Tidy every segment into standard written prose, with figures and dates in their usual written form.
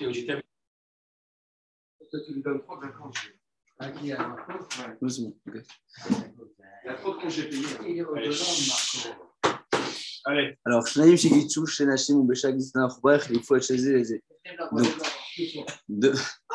Tu lui donnes trop de vacances. Il y a trop de congés payés. Allez. Alors, Shnaim Shigitsu, Shenashim ou Beshak Disna Khoubrech, il faut être chez les. Donc,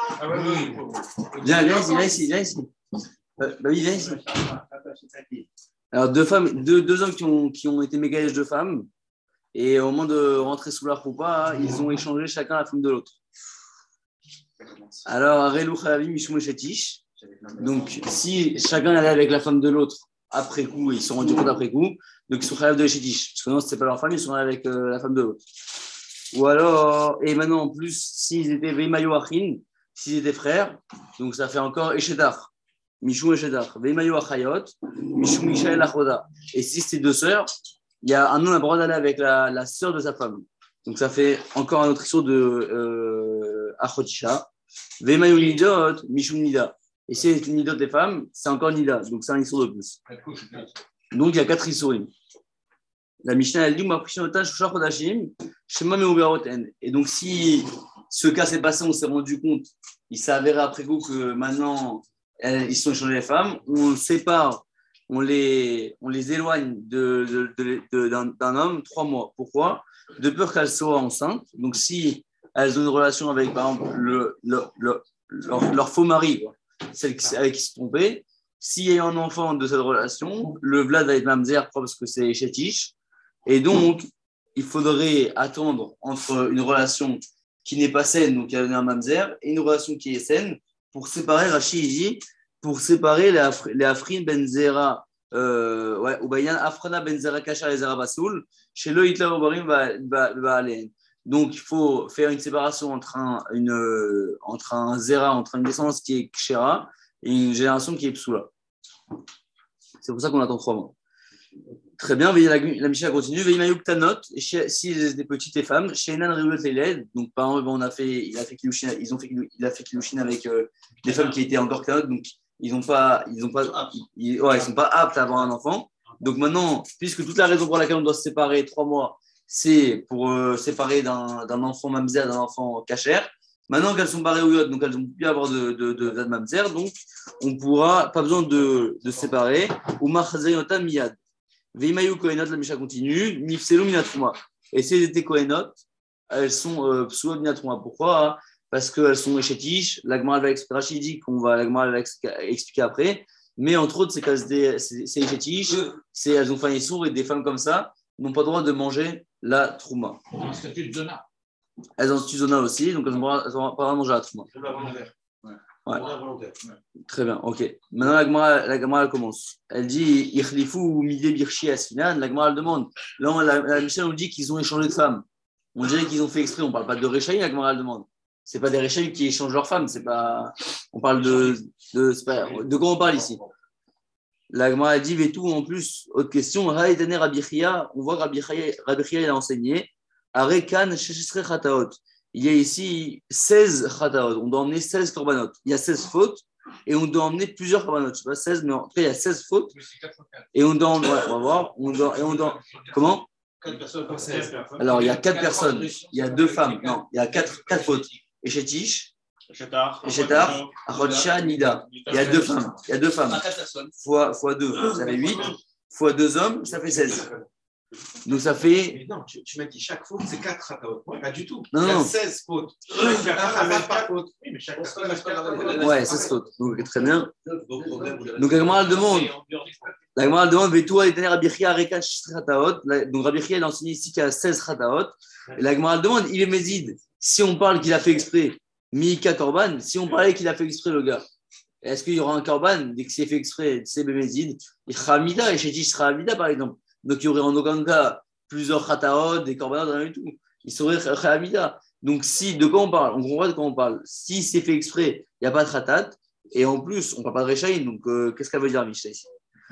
viens ici. Oui, viens ici. Alors, deux hommes qui ont été mégaèges de femmes, et au moment de rentrer sous la roupa, ils ont échangé chacun la femme de l'autre. Alors, Arelu Chalavim Mishum Shetish. Donc, si chacun allait avec la femme de l'autre après coup, ils se sont rendus compte après coup, donc ils sont Chalav de Shetish. Parce que non, ce n'était pas leur femme, ils sont allés avec la femme de l'autre. Ou alors, et maintenant en plus, s'ils étaient Veimayo Achin, s'ils étaient frères, donc ça fait encore Eshedar. Mishum Eshedar. Veimayo Achayot, Mishum Mishael Achoda. Et si c'est deux sœurs, il y a un homme a le droit d'aller avec la sœur de sa femme. Donc ça fait encore un autre issue de Achotisha. Veimayo Nidot, Mishum Nida. Et si c'est une nidot des femmes, c'est encore nida. Donc c'est un issue de plus. Donc il y a 4 issourim. La Mishnah, elle dit et donc si ce cas s'est passé, on s'est rendu compte, il s'est avéré après coup que maintenant ils sont échangés les femmes, on les sépare, on les éloigne d'un homme 3 mois. Pourquoi? De peur qu'elles soient enceintes. Donc si elles ont une relation avec par exemple leur faux mari, celle avec qui se trompait, s'il y a un enfant de cette relation, le vlad va être mamzer parce que c'est chétiche. Et donc, il faudrait attendre entre une relation qui n'est pas saine, donc il y a un mamzer, et une relation qui est saine, pour séparer, Rachid dit, pour séparer les Afrin Benzera, ou Bayan Afrana Benzera Kasha et Zera Basoul, chez le Hitler Obarim va aller. Donc, il faut faire une séparation entre un Zera, entre une descendance qui est Kshera, et une génération qui est Psoula. C'est pour ça qu'on attend 3 mois. Très bien, la Mishnah continue. Si des petites femmes, chez Nan Riot Eled, donc par exemple, il a fait Kilushin avec des femmes qui étaient encore Kanot, donc ils sont pas aptes à avoir un enfant. Donc maintenant, puisque toute la raison pour laquelle on doit se séparer 3 mois, c'est pour séparer d'un enfant mamzer, d'un enfant kacher. Maintenant qu'elles sont barrées au yod, donc elles n'ont plus à avoir de mamzer, donc on pourra, pas besoin de se séparer. Ou machazayota miyad. Veimayu kohenot, la Mishnah continue. Nifselu minatrouma. Et si elles étaient kohenot, elles sont psouot minatrouma. Pourquoi? Parce qu'elles sont échetiches. L'agmara va expliquer, Rachid dit l'agmara va expliquer après. Mais entre autres, c'est échetiches, elles ont faim et sourd, et des femmes comme ça n'ont pas le droit de manger la trouma. Elles ont un statut zona aussi, donc elles n'ont pas le droit de manger la trouma. Ouais. Très bien, ok. Maintenant, la Gemara elle commence. Elle dit Ikhlifu midé birchi asfinan. La Gemara elle demande. Là, la Mishnah nous dit qu'ils ont échangé de femmes. On dirait qu'ils ont fait exprès. On ne parle pas de Réchaïm, la Gemara elle demande. Ce n'est pas des Réchaïm qui échangent leurs femmes. C'est pas... On parle de quoi on parle ici? La Gemara elle dit Vetou en plus. Autre question. Haïdane Rabbi Chia. On voit que Rabbi Chia il a enseigné. Arekan Sheshisre Chataot. Il y a ici 16 khataot, on doit emmener 16 korbanot. Il y a 16 fautes et on doit emmener plusieurs korbanot. Je ne sais pas 16, mais en tout cas, il y a 16 fautes. Et on doit emmener, on va voir. Comment? 4 personnes. Alors, il y a 4 personnes. Il y a 2 femmes. Non, il y a 4 fautes. Eshetish, Eshetar, Achotsha, Nida. Il y a 2 femmes. Il y a 2 femmes. Fois 2, ça fait 8. Fois 2 hommes, ça fait 16. Donc ça fait. Mais non, tu m'as dit chaque faute c'est 4 khataot. Pas du tout. Non, il y a 16 fautes. Il y a pas faute. Oui, mais chaque personne a ouais, 16 fautes. Donc très bien. Donc la Gemara demande. La Gemara demande Vetua et Rabbi Chia Rekan Khataot. Donc Rabbi Chia il a enseigné ici qu'il y a 16 khataot. Et la Gemara demande il est mézid. Si on parle qu'il a fait exprès, Mika Korban, si on parlait qu'il a fait exprès le gars, est-ce qu'il y aura un Korban dès que c'est fait exprès, c'est mézid? Il sera Amida et Chétish sera Amida par exemple. Donc, il y aurait en aucun cas plusieurs khataot, des korbanot, rien du tout. Il serait khamida. Donc, de quoi on parle? On comprend de quoi on parle. Si c'est fait exprès, il n'y a pas de khatat. Et en plus, on ne parle pas de rechaïn. Donc, qu'est-ce qu'elle veut dire, Mishnah ici?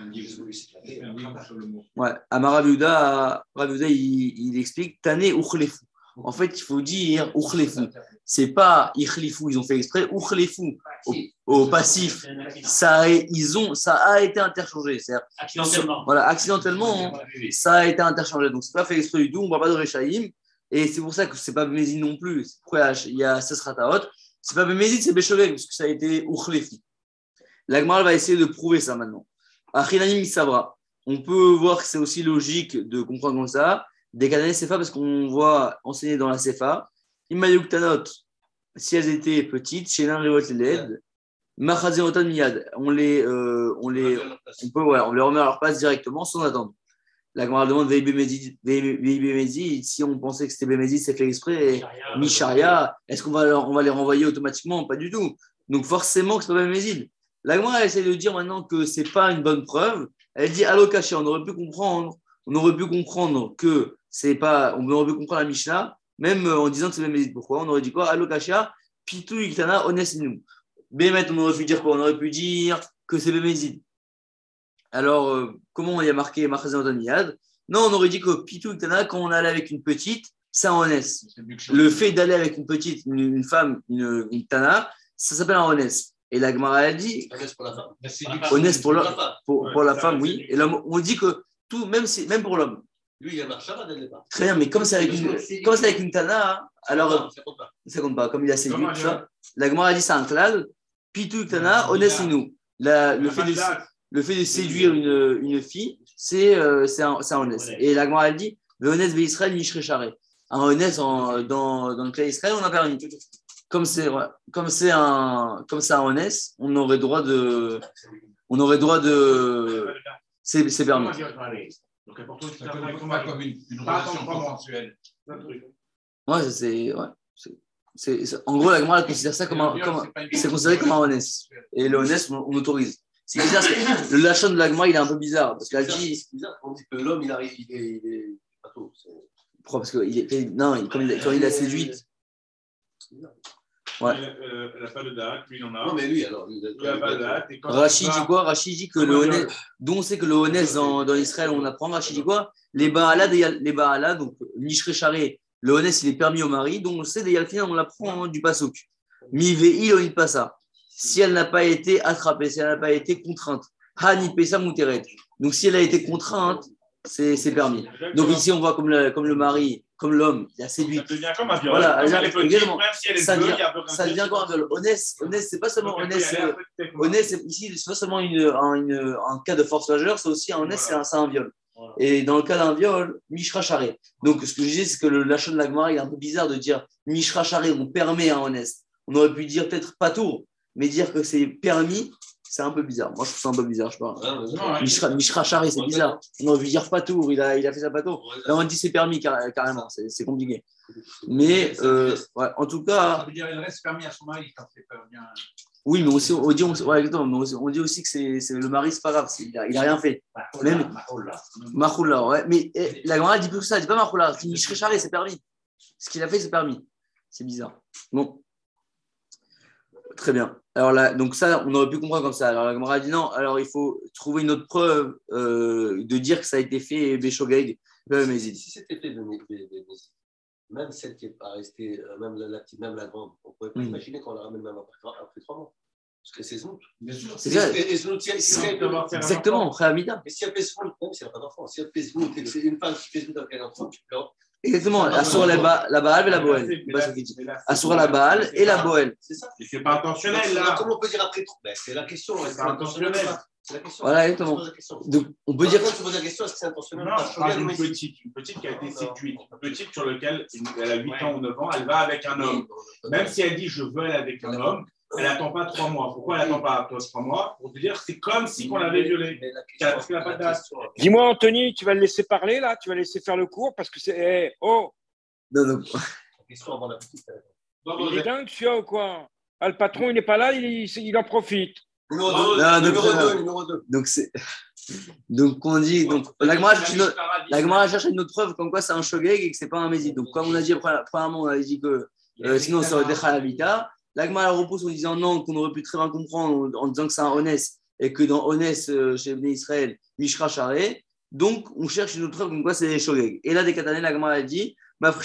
Ouais. Amar Rabiouda, il explique Tane uchlefu. En fait, il faut dire uchlefu. C'est pas ichlifu, ils ont fait exprès. Uchlefu au passif, ça a été interchangé. Accidentellement. Voilà, accidentellement, ça a été interchangé. Donc, c'est pas fait exprès du tout. On ne parle pas de rechaïm. Et c'est pour ça que ce n'est pas Bémézid non plus. C'est pourquoi il y a Sesrataot. Ce n'est pas Bémézid, c'est Béchogeg, parce que ça a été Uchlefi. La Gemara va essayer de prouver ça maintenant. Achinanim Misavra. On peut voir que c'est aussi logique de comprendre comme ça. Des Kanané Sefa, parce qu'on voit enseigner dans la Sefa. Imayuktanot, si elles étaient petites, Shenan Rewot Led, Machazerotan Miyad. On les remet à leur place directement sans attendre. La Gemara demande Bémézid, si on pensait que c'était Bémézid, c'est fait exprès, et Misharia, est-ce qu'on va les renvoyer automatiquement? Pas du tout. Donc forcément que ce n'est pas Bémézid. La Gemara essaie de dire maintenant que ce n'est pas une bonne preuve. Elle dit Allo caché, on aurait pu comprendre que c'est pas, on aurait pu comprendre la Mishnah, même en disant que c'est Bémézid. Pourquoi? On aurait dit quoi? Allo caché, Pitou Iktana, Onesinu. Bémet, on aurait pu dire quoi? On aurait pu dire que c'est Bémézid. Alors, comment il y a marqué Machazen Yad? Non, on aurait dit que Pitou Iktana, quand on allait avec une petite, c'est un honest. Le fait d'aller avec une petite, une femme, une Tana, ça s'appelle un honest. Et la Gemara a dit Honest pour la femme. Honest pour la femme, oui. Et l'homme, on dit que tout, même pour l'homme. Lui, il a marché dès le départ. Très bien, mais comme c'est avec une Tana, alors ça compte pas. Comme il a séduit, tu vois. La Gemara a dit c'est un klal. Pitou Iktana, honest inou. Le fait de séduire une fille, c'est un honest. Et la Gemara a dit le honest Israël, Nishrecharé. Un honest dans le cas d'Israël, on a permis. Comme c'est un honest, on aurait droit de. C'est permis. Donc, important, tu as comme une relation mensuelle. En gros, la Gemara considère ça c'est considéré comme un honest. Et le honest, on autorise. C'est bizarre, le lachon de la Gemara, il est un peu bizarre. Parce qu'elle dit. C'est bizarre, on dit que l'homme, il est pas tôt. Pourquoi? Parce que quand il a séduite. Ouais. Elle n'a pas de date, lui il en a. Non, mais lui, alors. Il n'a pas de date. Rachid dit quoi? Rachid dit que le honnête, d'où on sait que le honnête dans Israël, on apprend. Rachid dit quoi? Les Ba'ala, donc Nishre Charé, le honnête, il est permis au mari. Donc on sait, des Yalfina, on l'apprend du Passouk. Miveil, on pas ça. Si elle n'a pas été attrapée, si elle n'a pas été contrainte. Hani Pesa Mouteret. Donc si elle a été contrainte, c'est permis. Donc ici, on voit comme le mari, comme l'homme, il a séduit. Ça devient comme un viol. Voilà, également. Même si elle est ça devient comme un viol. Honnête, c'est pas seulement honnête, ici, c'est pas seulement un cas de force majeure, c'est aussi un honnête, c'est un viol. Voilà. Et dans le cas d'un viol, Mishra Charé. Donc ce que je disais, c'est que le lachon de la Gemara, il est un peu bizarre de dire Mishra Charé, on permet un honnête. On aurait pu dire peut-être pas tour, mais dire que c'est permis. C'est un peu bizarre. Moi, je trouve ça un peu bizarre, je sais pas. Mishra Charé, c'est bizarre. On aurait pu dire pas tour, il a fait ça pas tour. Là, on dit c'est permis carrément, c'est compliqué. Mais en tout cas. Ça veut dire qu'il reste permis à son mari quand c'est pas bien. Oui, mais aussi, on dit aussi que c'est le mari, c'est pas grave, il a rien fait. Machoula, ouais. Mais la Gemara dit plus que ça, elle dit pas Machoula. Mishra Charé, c'est permis. Ce qu'il a fait, c'est permis. C'est bizarre. Bon. Très bien. Alors là, donc ça, on aurait pu comprendre comme ça. Alors la Gemara dit non. Alors il faut trouver une autre preuve de dire que ça a été fait Béchogeg. Si c'était fait même celle qui n'est pas restée, même la petite, même la grande, on ne pourrait pas imaginer qu'on la ramène même après 3 mois. Parce que c'est Znout. Bien sûr. C'est ça. Exactement, après Amida. Mais si elle fait Znout, même si elle n'a pas d'enfant, si elle fait Znout et que c'est une femme qui fait Znout avec un enfant, tu pleures. Exactement, Assour la Baal et la Boël. Assour la Baal et la Boël. C'est ça. C'est pas intentionnel là. Comment on peut dire après trop? C'est la question. C'est pas intentionnel. C'est la question. Voilà, exactement. Donc on peut dire. Quand tu poses la question, est-ce que c'est intentionnel? Non, je parle d'une petite qui a été séduite. Une petite sur laquelle elle a 8 ans ou 9 ans, elle va avec un homme. Même si elle dit je veux aller avec un homme, elle n'attend pas 3 mois. Pourquoi elle n'attend pas 3 mois? Pour te dire c'est comme si on l'avait violée. Parce qu'elle n'a pas de date. Dis-moi, Anthony, tu vas le laisser parler là? Tu vas le laisser faire le cours parce que c'est. Oh! Non. Il est dingue, celui-là ou quoi? Ah, le patron, il n'est pas là, il en profite. Numéro 2. Donc on dit. Donc, la Gemara cherche une autre preuve comme quoi c'est un shogeg et que c'est pas un mézid. Donc comme on a dit premièrement, on avait dit que sinon ça aurait été chalavita. La Gemara repousse en disant non, qu'on aurait pu très bien comprendre en disant que c'est un honest et que dans honest chez Bnei Israël, Mishra Charé. Donc on cherche une autre preuve comme quoi c'est shogeg. Et là, des Katané, la Gemara a dit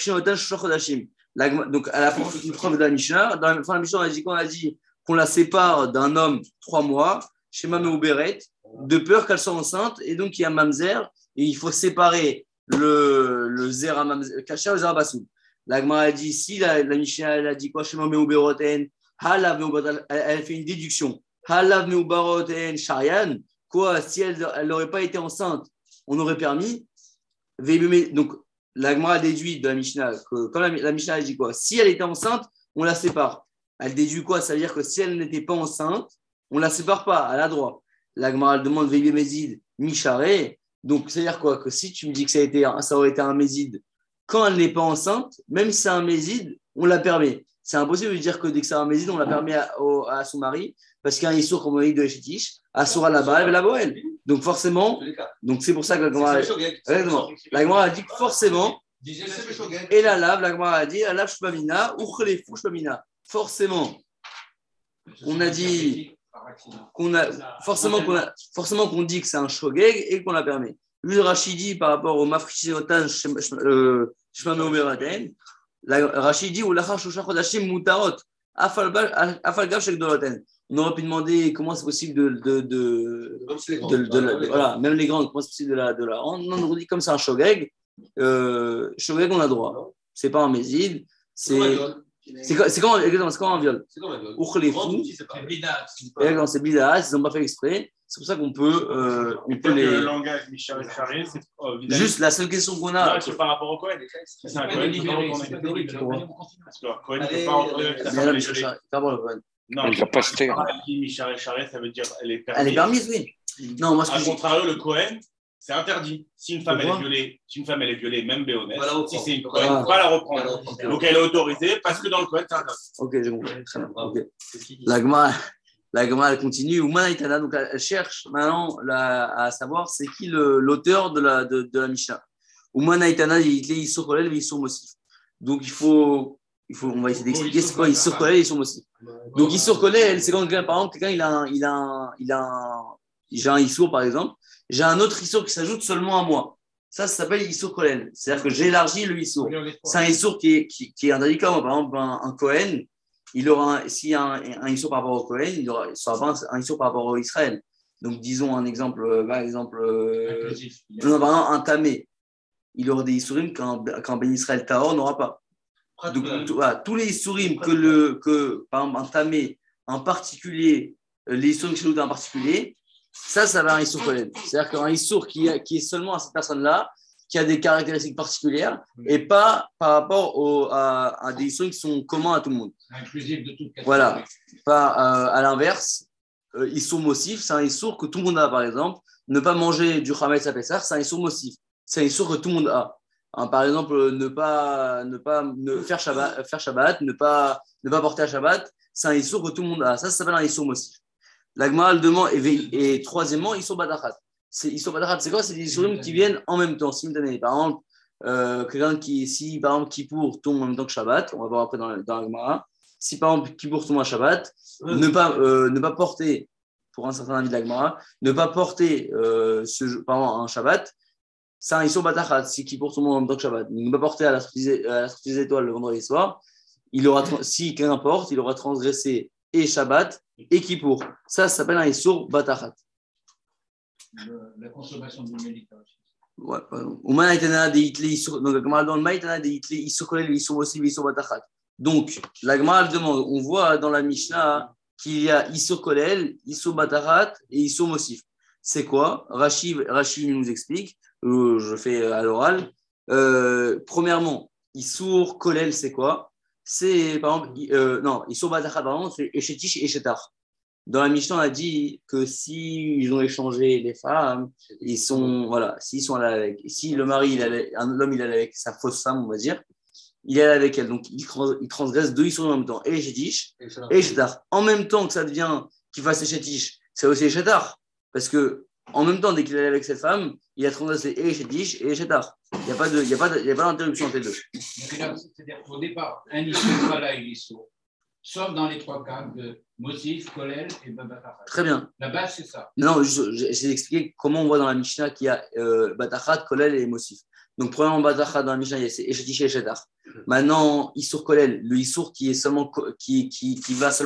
donc à la fin une preuve de la Mishnah. Dans la fin de la Mishnah, on a dit qu'on la sépare d'un homme 3 mois chez Mamé ou Beret, de peur qu'elle soit enceinte, et donc il y a Mamzer, et il faut séparer le Zer à Mamzer, Kacher et le Zer à Bassoul. La Gemara a dit, si la Mishnah elle a dit quoi, Shema Meuberoten, elle fait une déduction. Halav Meuberoten Sharian, quoi, si elle n'aurait pas été enceinte, on aurait permis. Donc, la Gemara déduit de la Mishnah que, quand la Mishnah a dit quoi, si elle était enceinte, on la sépare. Elle déduit quoi? Ça veut dire que si elle n'était pas enceinte, on ne la sépare pas, elle a droit. La Gemara demande Veillé Mézid, Micharé. Donc, c'est-à-dire quoi? Que si tu me dis que ça aurait été un Mézid, quand elle n'est pas enceinte, même si c'est un Mézid, on la permet. C'est impossible de dire que dès que c'est un Mézid, on la permet à son mari, parce qu'il y a un Issour, comme on dit, de Echetish, Assoura là-bas, et la Boël. Donc, forcément, donc c'est pour ça que la Gemara a dit que forcément, et la lave, la Gemara a dit, la lave Shpamina, Uchlefu Shpamina. Forcément, on a dit forcément qu'on dit que c'est un shogeg et qu'on la permet. Lui, Rachidi, par rapport au mafrishinotan shmano beraten, Rachidi ou l'achar shosha chodashim mutarot afalgav shek doloten. On aurait pu demander comment c'est possible voilà, même les grandes, comment c'est possible de la rendre. Non, on dit comme c'est un shogeg, shogeg on a droit. C'est pas un mézid, c'est quand un viol. C'est comme un viol. C'est bidas, ils n'ont pas fait exprès. C'est pour ça qu'on peut, Le langage Michel et Charé, c'est juste la seule question qu'on a. Non, c'est par rapport au Cohen. C'est un Cohen qui peut retourner. Parce que Cohen ne peut pas retourner avec sa femme. Non, il ne va pas se taire. Michel et Charé, ça veut dire elle est permise. Elle est permise, oui. Non, moi, à contrario, le Cohen, c'est interdit. Si une femme elle est violée, même béhonnête, si c'est une Cohen, il ne faut pas la reprendre. Donc elle est autorisée parce que dans le Cohen, c'est interdit. Ok, j'ai compris. Très bien. Okay. La Gemara, elle continue. Donc elle cherche maintenant à savoir c'est qui l'auteur de la Mishnah. Umanaitana, il est Issour Kolel, Issour Mosif. Donc on va essayer d'expliquer c'est quoi Issour Kolel et Issour Mosif. Donc Issour Kolel, c'est quand par exemple quelqu'un il a un Issour par exemple. J'ai un autre Issour qui s'ajoute seulement à moi. Ça s'appelle Issour Kohen. C'est-à-dire que j'élargis le Issour. C'est un Issour qui est un délicat. Par exemple, un Kohen, s'il y a un Issour par rapport au Kohen, il aura un Issour par rapport au Israël. Donc, disons un exemple, par exemple, un Tamé. Il aura des Issourim qu'un Ben Israël Tahor n'aura pas. Donc, tous les Issourim que par exemple, un Tamé, en particulier, les Issourim qui s'ajoutent en particulier, ça va un Issour Kohen. C'est-à-dire qu'un Issour qui est seulement à cette personne-là, qui a des caractéristiques particulières, et pas par rapport à des Issourim qui sont communs à tout le monde. Inclusif de toute catégorie. Voilà. À l'inverse, Issour Mosif, c'est un Issour que tout le monde a, par exemple. Ne pas manger du Chametz à Pessah, c'est un Issour Mosif. C'est un Issour que tout le monde a. Par exemple, ne faire Shabbat, ne pas porter à Shabbat, c'est un Issour que tout le monde a. Ça s'appelle un Issour Mosif. L'Agma demande, et troisièmement, Issour Badachat. Issour Badachat, c'est quoi? C'est des Issourim qui viennent en même temps, simultanément. Par exemple, quelqu'un si par exemple Kippour tombe en même temps que Shabbat, on va voir après dans l'Agma. Si par exemple Kippour tombe à Shabbat, ne pas porter, pour un certain avis de l'Agma, ne pas porter par exemple un Shabbat, c'est un Issour Badachat. Si Kippour tombe en même temps que Shabbat, ne pas porter à la sortie des étoiles le vendredi soir, si quelqu'un porte, il aura transgressé et Shabbat et Kippour. Ça s'appelle un Issour Batachat. La consommation du médicament. Ouais, pardon. Donc, dans le Maïtana des Hitler, Issour Kolel, Issour Mosif, Issour Batachat. Donc, la Gemara demande, on voit dans la Mishnah qu'il y a Issour Kolel, Issour Batachat et Issour Mosif. C'est quoi? Rashi nous explique, je fais à l'oral. Premièrement, Issour Kolel, c'est quoi? C'est par exemple, Issour Batachat, par exemple, c'est Echetish et Echetar. Dans la Mishnah, on a dit que s'ils ont échangé les femmes, s'ils sont allés avec, si le mari, l'homme, il allait avec sa fausse femme, on va dire, il est allé avec elle. Donc, il transgresse deux Issour en même temps, et Echetish et Echetar. En même temps que ça devient qu'il fasse Echetish, c'est aussi Echetar. Parce que, en même temps, dès qu'il est allé avec cette femme, il a transgressé et Echetish et Echetar. Il n'y a pas d'interruption entre les deux. C'est-à-dire qu'au départ, un Issour, voilà, il Issour. Sauf dans les trois cas de Mosif, Kolel et Batachat. Très bien. La base, c'est ça. Non, j'essaie d'expliquer comment on voit dans la Mishnah qu'il y a Batachat, Kolel et Mosif. Donc, premièrement, Batachat dans la Mishnah, c'est Echetish et Echetar. Maintenant, Issour Kolel, le Issour qui est seulement, qui va seulement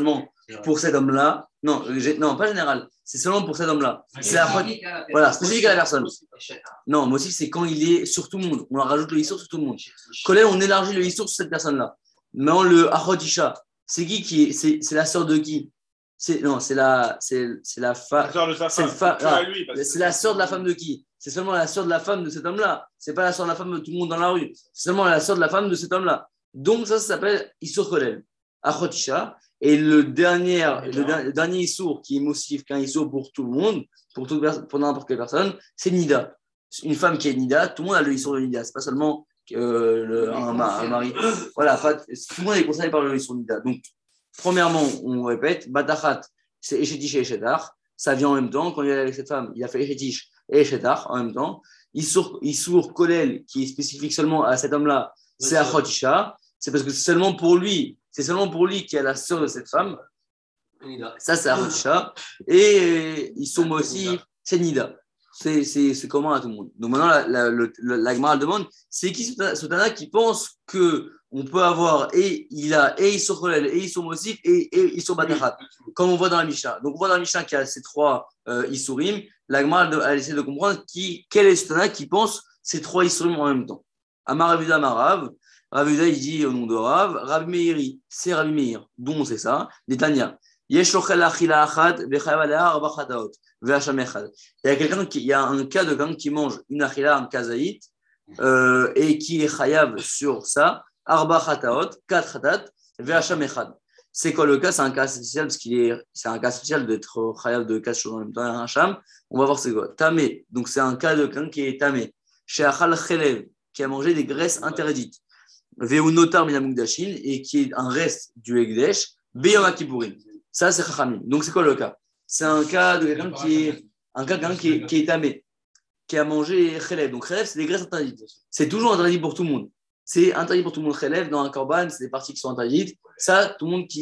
pour cet homme-là. Non, non, pas général. C'est seulement pour cet homme-là. C'est voilà, spécifique à la personne. Non, Mossif, c'est quand il est sur tout le monde. On rajoute le Issour sur tout le monde. Colère, on élargit le Issour sur cette personne-là. Maintenant, le Achotisha, c'est qui est, c'est la sœur de qui? Non, c'est la femme. C'est la sœur de la femme de qui? C'est seulement la sœur de la femme de cet homme-là. C'est pas la sœur de la femme de tout le monde dans la rue. C'est seulement la sœur de la femme de cet homme-là. Donc ça s'appelle Issour Kolel. Achotisha. Et le dernier Issour qui est Mossif, qu'un Issour pour tout le monde, pour n'importe quelle personne, c'est Nida. Une femme qui est Nida, tout le monde a le Issour de Nida. C'est pas seulement un mari. Voilà, tout le monde est concerné par le Issour de Nida. Donc, premièrement, on répète, Batachat, c'est Eshetish et Eshetar. Ça vient en même temps. Quand il est avec cette femme, il a fait Eshetish et Eshetar en même temps. Issour Kolel, qui est spécifique seulement à cet homme-là, c'est Achotisha. C'est parce que c'est seulement pour lui qui a la sœur de cette femme. Ça, c'est Achotisha. Et Issour aussi, c'est Nida. C'est commun à tout le monde. Donc maintenant, la Gemara demande, c'est qui ce Tana qui pense qu'on peut avoir et Issour Kolel, et Issour Mossif, et Issour Batachat, comme on voit dans la Mishnah. Donc on voit dans la Mishnah qu'il y a ces trois Issourim. La Gemara a essayé de comprendre quel est ce Tana qui pense ces trois Issourim en même temps. Amar Ravuda Marav. Ravuda, il dit au nom de Rav, Rav Meiri, c'est Rav Meir, dont c'est ça, Netanya. Il y a un cas de quelqu'un qui mange une achila, un kazaït, et qui est chayav sur ça, arba chataot, 4 chatat, ve'asham echad. C'est quoi le cas? C'est un cas spécial parce c'est un cas spécial d'être chayav de 4 choses en même temps, un hacham. On va voir c'est quoi. Tamé, donc c'est un cas de quelqu'un qui est tamé. Chez achal chelev, qui a mangé des graisses interdites. Ve'unotar minamugdashin, et qui est un reste du Ekdesh, Beyom Kippourim. Ça, c'est Chachamim. Donc, c'est quoi le cas? C'est un cas de quelqu'un qui est tamé, qui a mangé Chelev. Donc, Chelev, c'est des graisses interdites. C'est toujours interdit pour tout le monde. C'est interdit pour tout le monde. Chelev, dans un korban, c'est des parties qui sont interdites. Ça, tout le monde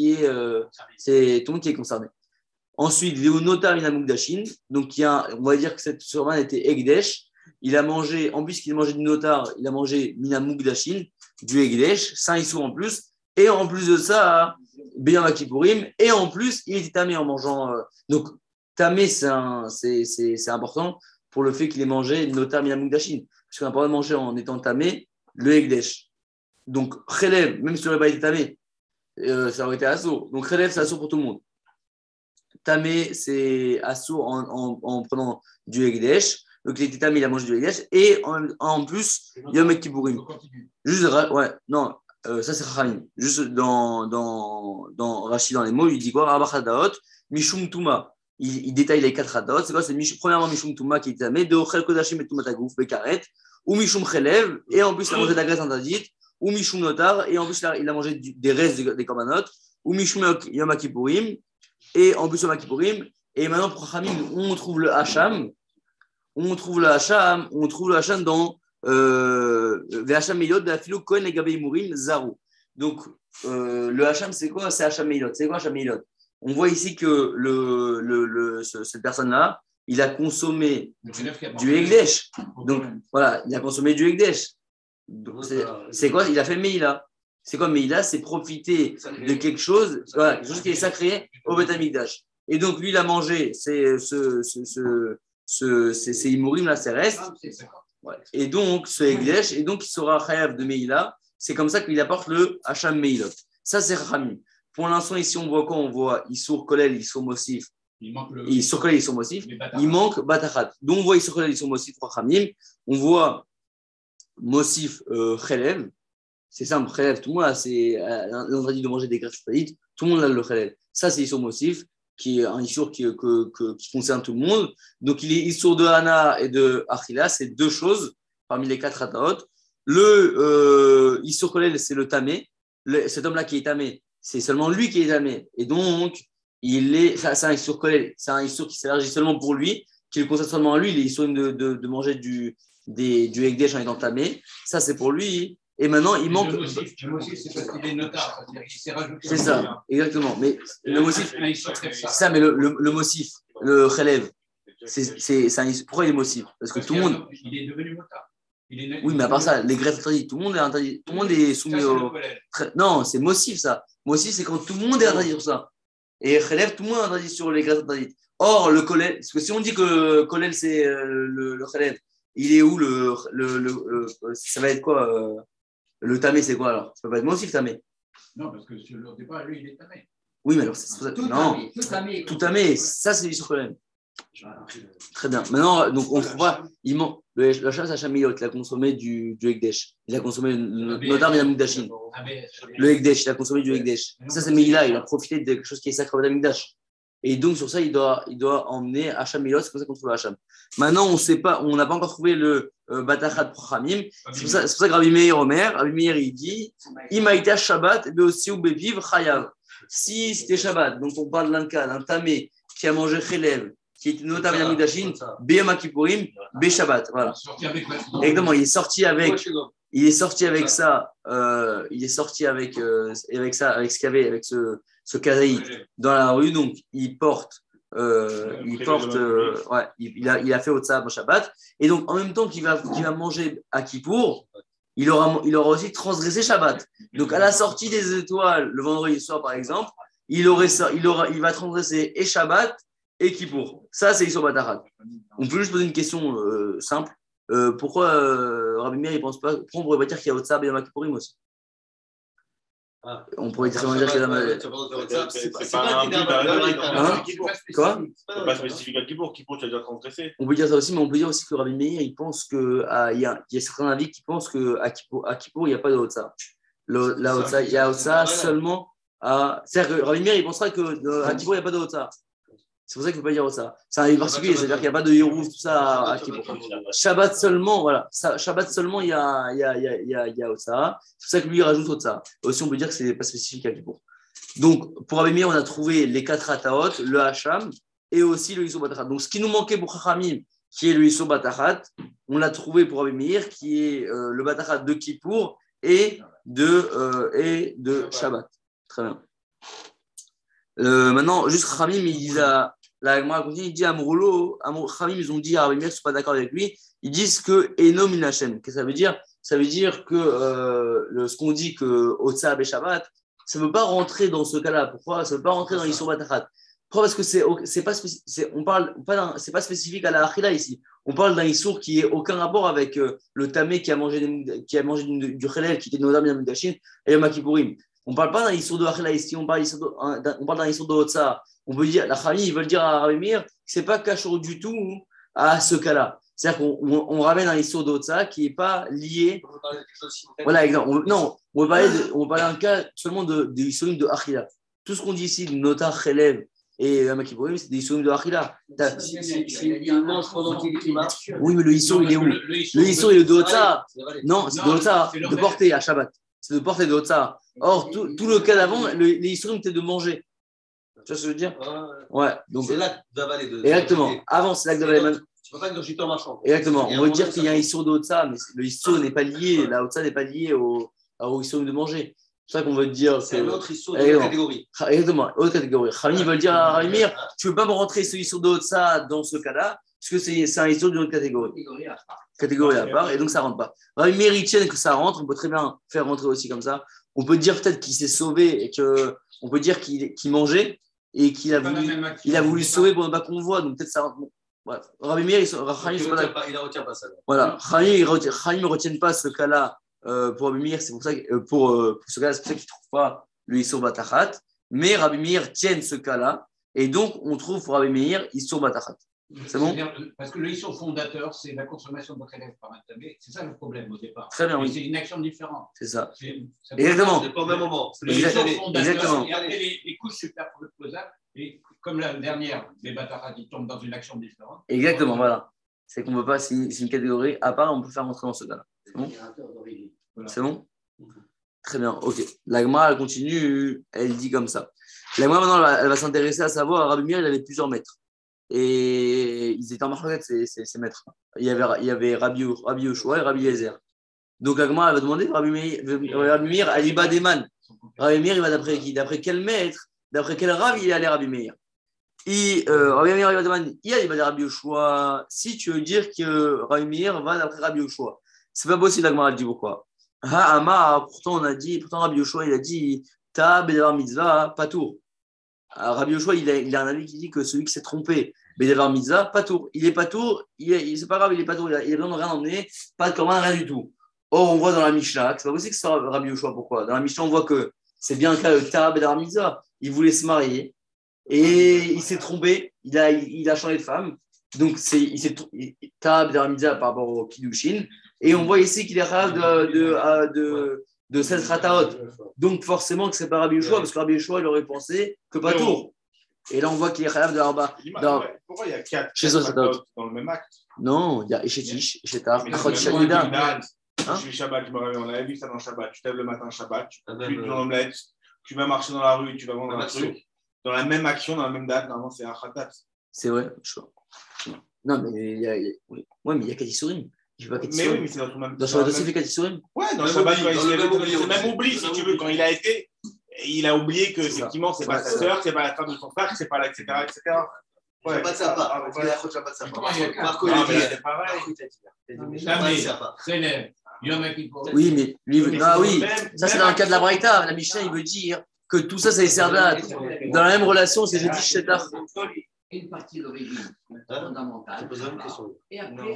c'est tout le monde qui est concerné. Ensuite, Ve'unotar minamugdashin. Donc, on va dire que cette korban était Ekdesh. Il a mangé, en plus qu'il a mangé du notar, il a mangé minamugdashin, du Ekdesh, 5 Issour en plus, et en plus de ça, Beyom Kippourim, et en plus, il était tamé en mangeant. Donc, tamé, c'est important pour le fait qu'il ait mangé notar minamugdashin, parce qu'on n'a pas le droit de manger en étant tamé le Ekdesh. Donc, Chelev, même si tu n'aurais pas été tamé, ça aurait été assour. Donc, Chelev, c'est assour pour tout le monde. Tamé, c'est assour en prenant du Ekdesh. Donc, il était tamé, il a mangé du Ekdesh. Et en plus, Yom Kippourim. Juste, ouais, non, ça c'est Chachamim. Juste dans Rashi, dans les mots, il dit quoi? Rabba Chadaot, Mishum Touma. Il détaille les 4 Chadaot. C'est quoi? C'est premièrement Mishum Touma qui est tamé, de Ochel Kodashim et Touma Tagouf, Bekaret, ou Mishum Chelev, et en plus, il a mangé de la graisse interdite, ou Mishum Notar, et en plus, il a mangé des restes des korbanot, ou Mishum Yom Kippourim, et en plus, Yom Kippourim. Et maintenant, pour Chachamim, on trouve le Hacham. On trouve le Hacham dans Hacham Meilot de la philo Kohen et Gabei Mourim Zaru. Donc, le Hacham, c'est quoi? C'est Hacham Meilot. C'est quoi Hacham Meilot? On voit ici que cette personne-là, il a consommé du Ekdesh. Donc, voilà, il a consommé du Ekdesh. C'est quoi? Il a fait Meila. C'est quoi Meila? C'est profiter de quelque chose, voilà, quelque chose qui est sacré au Beth Amikdash. Et donc, lui, il a mangé ces Imourim là, ces restes. Ouais. Et donc, ce Ekdesh, et donc il sera chayav de Meila. C'est comme ça qu'il apporte le Hacham Meilot. Ça, c'est Chachamim. Pour l'instant, ici, on voit quoi? On voit Issour Kolel, Issour Mossif. Issour Kolel, Issour Mossif. Il manque Batachat. Donc, on voit Issour Kolel, Issour Mossif pour Chachamim. On voit Mossif Chelev. C'est simple, Chelev. Tout le monde a l'interdit de manger des graisses interdites. Tout le monde a le Chelev. Ça, c'est Issour Mossif, qui est un Issour qui concerne tout le monde. Donc, il est Issour de Hana et de Achila, c'est 2 choses parmi les 4 Hataot. Le Issour Kolel, c'est le Tamé. Cet homme-là qui est Tamé, c'est seulement lui qui est Tamé. Et donc, c'est un Issour Kolel, c'est un Issour qui s'élargit seulement pour lui, qui le concerne seulement à lui. Il est Issour de manger du Ekdesh en étant Tamé. Ça, c'est pour lui. Et maintenant, il manque. Le mossif, c'est parce qu'il est notar. C'est rajouté. C'est ça, exactement. Mais le mossif, c'est ça, mais le mossif, le Chelev, c'est un. Pourquoi il est mossif? Parce que tout le monde. Il est devenu notar. Oui, mais à part ça, les graisses interdites, tout le monde est interdit. Tout le monde est soumis au. Non, c'est mossif, ça. Mossif, c'est quand tout le monde est interdit sur ça. Et Khelev, tout le monde est interdit sur les graisses interdites. Or, le Kolel, parce que si on dit que Kolel, c'est le Khelev, il est où ça va être quoi le tamé, c'est quoi alors? Ça peut pas être moi aussi le tamé. Non, parce que sur le départ, lui, il est tamé. Oui, mais alors, c'est pour ça. Non, tout tamé, ça, c'est sur Kolel. Très bien. Maintenant, donc, on trouve pas. Le chat, c'est Hachamilot. Il a consommé du Ekdesh. Il a consommé notamment la Migdashin. Le Ekdesh, il a consommé du Ekdesh. Ça, c'est Meïla. Il a profité de quelque chose qui est sacré à Migdash. Et donc, sur ça, il doit emmener Hachamilot. C'est comme ça qu'on trouve Hacham. Maintenant, on n'a pas encore trouvé le Batachat pour Hamim. C'est pour ça que Rabbi Meir Omer, il dit Imaïta Shabbat, mais aussi ou Beviv Chayav. Si c'était Shabbat, donc on parle d'un cas, d'un tamé qui a mangé Khelev, qui est notamment à Midashin, B'Yom Kippourim, B'Shabbat. Voilà. Exactement, il est sorti avec ça, avec ce qu'il y avait, avec ce kazaï dans la rue, donc il a fait Otsa au Shabbat, et donc en même temps qu'il va manger à Kippour, il aura aussi transgressé Shabbat. Donc à la sortie des étoiles, le vendredi soir par exemple, il va transgresser et Shabbat et Kippour. Ça, c'est Issur Batachat. On peut juste poser une question simple. Pourquoi Rabbi Meir, il pense pas. Pourquoi on pourrait pas dire qu'il y a Otsa B'Yom Kippourim aussi? On pourrait très bien dire qu'il y a C'est pas un but à Quoi? C'est pas spécifique à Kippour. Kippour, tu as déjà transgressé. On peut dire ça aussi, mais on peut dire aussi que Rabbi Meir, il pense que. Il y a certains avis qui pensent qu'à Kippour, il n'y a pas de Otsa. Il y a Otsa seulement à. C'est-à-dire que Rabbi Meir, il pensera qu'à Kippour, il n'y a pas de Otsa. C'est pour ça qu'il ne faut pas dire Otsa. C'est un avis particulier, c'est-à-dire qu'il n'y a pas de Hérouf, tout ça à Kippour. Shabbat seulement, voilà. Shabbat seulement, il y a Otsa. C'est pour ça que lui, il rajoute Otsa. Aussi, on peut dire que ce n'est pas spécifique à Kippour. Donc, pour Rabbi Meir, on a trouvé les 4 Ataot, le Hacham et aussi le Issur Batachat. Donc, ce qui nous manquait pour Chachamim, qui est le Issur Batachat, on l'a trouvé pour Rabbi Meir, qui est le Batachat de Kippour et de Shabbat. Très bien. Maintenant, juste Chachamim, il dit la Gemara continue, il dit Amroulo, Chachamim, ils ont dit à Rabbi Meir, ils ne sont pas d'accord avec lui, ils disent que Eno min Hashem. Qu'est-ce que ça veut dire? Ça veut dire que ce qu'on dit que Otsa et Shabbat, ça ne veut pas rentrer dans ce cas-là. Pourquoi? Ça ne veut pas rentrer dans l'Issur Batachat. Pourquoi? Parce que c'est pas spécifique à la Achila ici. On parle d'un Issur qui n'a aucun rapport avec le Tamé qui a mangé du Khelev, qui était Nodam Yamudashin et Yom Kippourim. On ne parle pas d'un Issur de Achila ici, on parle d'un Issur de Otsa. On peut dire, la Chami, ils veulent dire à Rabbi Meir que ce n'est pas cachot du tout à ce cas-là. C'est-à-dire qu'on ramène un Issur de Otsa qui n'est pas lié. Voilà, exemple. On va parler d'un cas seulement des Issurim de Achila. Tout ce qu'on dit ici, Nota, Khelev et Yom Kippourim, c'est des Issurim de Achila. Oui, mais le Issur, il est où? Le Issur, il est de Otsa. Non, c'est de Otsa, de porter à Shabbat. C'est de porter de Otsa. Or, tout le cas d'avant, les Issurim, c'était de manger. Tu vois ce que je veux dire? Ouais. Donc, c'est l'acte d'avaler. Exactement. Avant, c'est l'acte d'avaler. Tu peux pas ingurgiter en marchant. Exactement. On veut dire qu'il y a un Issur de Otsa, mais le Issur n'est pas lié, la Otsa n'est pas liée au Issur de manger. C'est ça qu'on veut dire. C'est un autre Issur de la catégorie. Exactement, autre catégorie. Rami veut dire à Rabbi Meir, tu ne veux pas me rentrer ce Issur de Otsa dans ce cas-là, parce que c'est un Issur d'une autre catégorie. Catégorie à part, et donc ça ne rentre pas. Rabbi Meir, il tient que ça rentre, on peut très bien faire rentrer aussi comme ça. On peut dire peut-être qu'il s'est sauvé et qu'on peut dire qu'il mangeait et qu'il a voulu se sauver pour ne pas qu'on le voit, donc peut-être ça rentre. Bon. Bref, Rabbi Meir, il ne retient pas ça. Voilà, Rabbi ne retient pas ce cas-là pour Rabbi Meir, c'est pour ça que pour ce cas-là, c'est pour ça qu'il ne trouve pas le Issur Batachat, mais Rabbi Meir tient ce cas-là, et donc on trouve pour Rabbi Meir Issur Batachat. C'est bon? Parce que le Issur fondateur, c'est la consommation de Khelev par un tamé. C'est ça le problème au départ. Très bien, oui. C'est une action différente. C'est ça. Exactement. C'est pas au même moment. Le Issur fondateur, et après les couches superposables, et comme la dernière, les Batachat, ils tombent dans une action différente. Exactement, voilà. C'est qu'on ne peut pas, c'est une catégorie à part, on peut faire rentrer dans ce cas-là. C'est bon? Voilà. C'est bon? Très bien, ok. La Gemara, elle continue, elle dit comme ça. La Gemara, maintenant, elle va s'intéresser à savoir, Rabbi Meir, il avait plusieurs maîtres. Et ils étaient en marquette, ces maîtres. Il y avait Rabbi Yoshua et Rabbi Yezer. Donc la Gemara, elle va demander, Rabbi Meir, Aliba Deman. Rabbi Meir, il va d'après qui? D'après quel maître? D'après quel Rav il est allé Rabbi Meir? Rabbi Meir, il va demander, il va dire Rabbi Yoshua. Si tu veux dire que Rabbi Meir va d'après Rabbi Yoshua, c'est pas possible, la Gemara dit pourquoi? Pourtant Rabbi Yoshua, il a dit, Ta Bedavar Mitzvah, Patour. Rabbi Yoshua, il a un avis qui dit que celui qui s'est trompé, Bédavar Mitzvah, pas tour. Il est pas tour, c'est pas grave, il est pas tour, il a besoin de rien emmener, pas de commun, rien du tout. Or, on voit dans la Mishnah, que c'est pas possible que ce soit Rabbi Yoshua. Pourquoi? Dans la Mishnah, on voit que c'est bien le cas de Tara Bédavar Mitzvah. Il voulait se marier et il s'est trompé, il a changé de femme. Donc, il s'est Tara Bédavar Mitzvah par rapport au Kiddushin. Et on voit ici qu'il est rare de 16 rataot. Donc, forcément, que c'est pas Rabbi Yoshua, parce que Rabbi Yoshua, il aurait pensé que pas tour. Et là, on voit qu'il est rare de Arba. Pourquoi il y a 4 chez rataot dans le même acte? Non, il y a Eshetish, Eshetar, Achot Je Shalida. suis Shabbat, je me réveille, on avait vu ça dans le Shabbat. Tu te lèves le matin Shabbat, tu cuis ton omelette, tu vas marcher dans la rue, tu vas vendre un truc. Dans la même action, dans la même date, normalement, c'est un khatat. C'est vrai, non, mais il y a, oui. Ouais, mais il y a Kadisurim. Mais oui, mais c'est dans tout même. Dans Shabbat aussi, il fait Kadisurim. Ouais, dans le Shabbat, c'est même oubli, si tu veux, quand il a été, il a oublié que, effectivement, c'est pas sa sœur, c'est pas la femme de son frère, c'est pas la, etc., etc. Ouais, pas de sapin. Shabbat sapin. Marco, c'est pareil. Oui, mais lui, ça c'est dans le cas de la Braïta. La Mishnah, il veut dire que tout ça, c'est les servades. Dans la même relation, c'est Zeti Shetar. Une partie d'origine fondamentale. Je pose une question. Et après,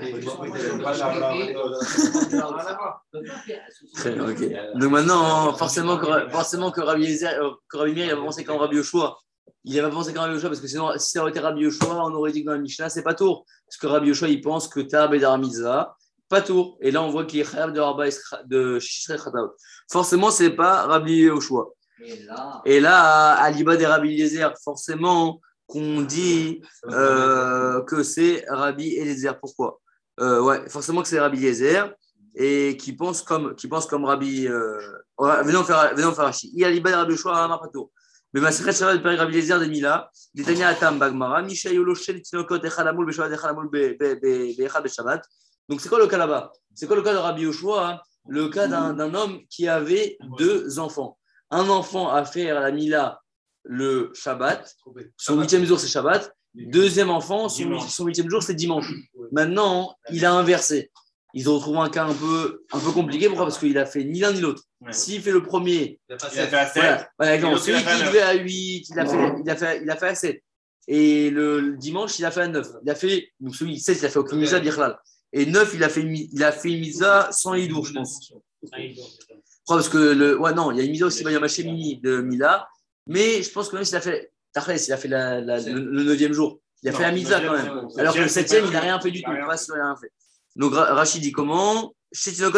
Ok. Donc maintenant, forcément que Rabbi Meir, il a pensé qu'en Rabbi Yoshua. Il n'a pas pensé qu'en Rabbi Yoshua, parce que sinon, si ça aurait été Rabbi Yoshua, on aurait dit que dans la Mishnah, c'est pas tour. Parce que Rabbi Yoshua, il pense que Tar Bedar Mitzvah, pas tour. Et là, on voit qu'il est Chayav de Rabba de Shishrei Khataot. Forcément, c'est pas Rabbi Yoshua. Et là, à l'Iba des Rabbi Eliezer, forcément, qu'on dit que c'est Rabbi Eliezer. Pourquoi? Ouais, forcément que c'est Rabbi Eliezer et qui pense comme Rabbi. Venons faire Rashi. Il y a l'Iba des Rabbi Yoshua, Amar Patour. Mais ma secrète Shabbat de Père Rabbi Eliezer de Mila, Détania Atam Bagmara, Mishaï Oloshel Tinokot Echalamoul Beshabbat Echalamoul Bechad Beshabbat. Donc c'est quoi le cas là-bas? C'est quoi le cas de Rabbi Yoshua? Le cas d'un homme qui avait 2 enfants. Un enfant a fait à la Mila le Shabbat, son 8e jour c'est Shabbat, deuxième enfant, son 8e jour c'est dimanche. Maintenant, il a inversé. Ils ont retrouvé un cas un peu compliqué. Pourquoi? Parce qu'il a fait ni l'un ni l'autre. Ouais. S'il fait le premier, il a fait à 7. Voilà, celui qui devait à 8, il a fait à 7. Et le dimanche, il a fait à 9. Donc celui 7, il a fait aucune misa d'Irlal. Et 9, il a fait une misa sans Hidour, je pense. Parce que il y a une misa aussi, Bayamaché Mini de Mila. Mais je pense que même s'il a fait Tachles, il a fait le 9e jour. Il a fait la misa quand même. Alors que le 7e, il n'a rien fait du tout. Il n'a rien fait. Donc Rachid dit comment? Donc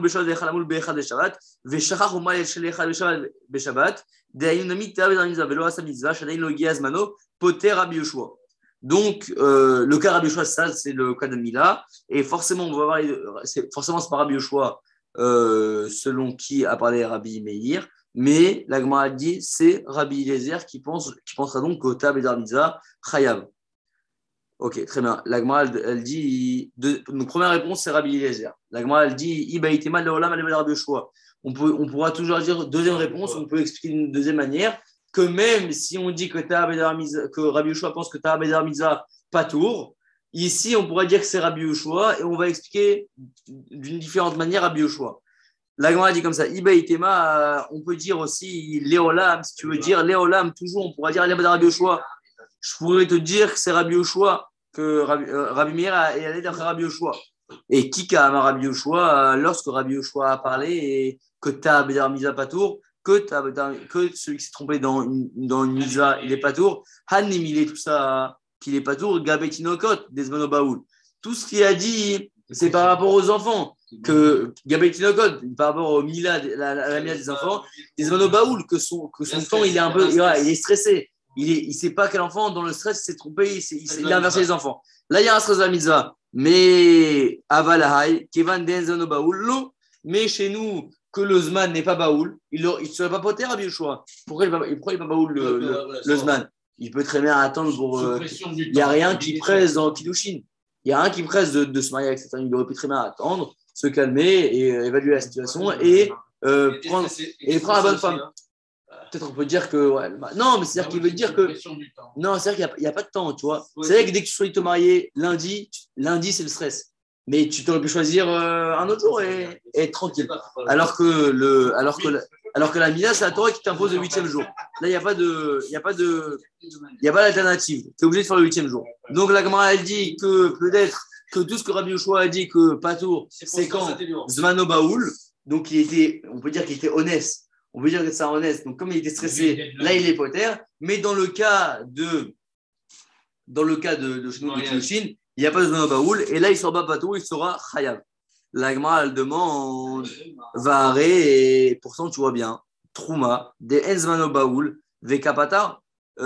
le cas Rabbi Yoshua, ça c'est le cas de Mila, et forcément on va voir, c'est pas Rabbi Yoshua selon qui a parlé Rabbi Meir, mais la Gemara dit c'est Rabbi Eliezer qui pensera donc qu'au Tab et Darmiza Chayav. Ok, très bien. La Gemara, elle dit. Donc, première réponse, c'est Rabbi Eliezer. La Gemara, elle dit Ibaïtema leolam aleved Rabbi Yoshua. On pourra toujours dire deuxième réponse, on peut expliquer d'une deuxième manière que même si on dit que Rabbi Yoshua pense que Tar Bedar Mitzvah pas tour, ici on pourrait dire que c'est Rabbi Yoshua et on va expliquer d'une différente manière Rabbi Yoshua. La Gemara dit comme ça Ibaïtema, on peut dire aussi Léolam, si tu veux dire Léolam, toujours on pourra dire Rabbi Yoshua. Je pourrais te dire que c'est Rabbi Yoshua, que Rabbi Meir est allé d'après Rabbi Yoshua. Et Kika a Rabbi Yoshua, lorsque Rabbi Yoshua a parlé, et que Tar Bedar Mitzvah Patour, que celui qui s'est trompé dans une Mitzvah, il est Patour, Hanim, il est tout ça, qu'il est Patour, Gabetinokot, Desmano Baoul. Tout ce qu'il a dit, c'est par rapport aux enfants, que Gabetinokot, par rapport au Mila, la Mila des enfants, Desmano Baoul, que son temps, il est stressé. Il ne sait pas quel enfant, dans le stress, il s'est trompé, il a inversé les enfants. Là, il y a un stress de la mitzvah. Mais, Avalahai, Kevan Denzano Baoul, mais chez nous, que le Zman n'est pas Baoul, il ne serait pas poté Rabbi Yoshua. Pourquoi il n'est pas Baoul, le Zman? Il peut très bien attendre pour. Il n'y a rien qui presse dans Kiddushin. Il n'y a rien qui presse de se marier avec cette famille. Il aurait pu très bien attendre, se calmer et évaluer la situation et prendre la bonne femme. Peut-être on peut dire que. Ouais, non, mais c'est-à-dire qu'il veut dire que. Non, c'est-à-dire qu'il n'y a pas de temps, tu vois. C'est vrai que dès que tu souhaites te marier, lundi, c'est le stress. Mais tu aurais pu choisir un autre jour et être tranquille. Alors que Alors que la Mida, c'est la Torah qui t'impose le 8e jour. Là, il n'y a pas d'alternative. Tu es obligé de faire le 8e jour. Donc, la Gemara, elle dit que peut-être que tout ce que Rabbi Yoshua a dit que Patour, c'est quand Zmano Baoul, donc on peut dire qu'il était honnête. On peut dire que c'est honnête. Donc, comme il était stressé, là, il est poter. Mais dans le cas de Shemot de Kiddushin, il n'y a pas de Zmano Baoul. Et là, il sera pas Patour, il sera Chayav. La Gemara, elle demande Varé, et pourtant, tu vois bien, Trouma, des Enzmano Baoul, Vekapata,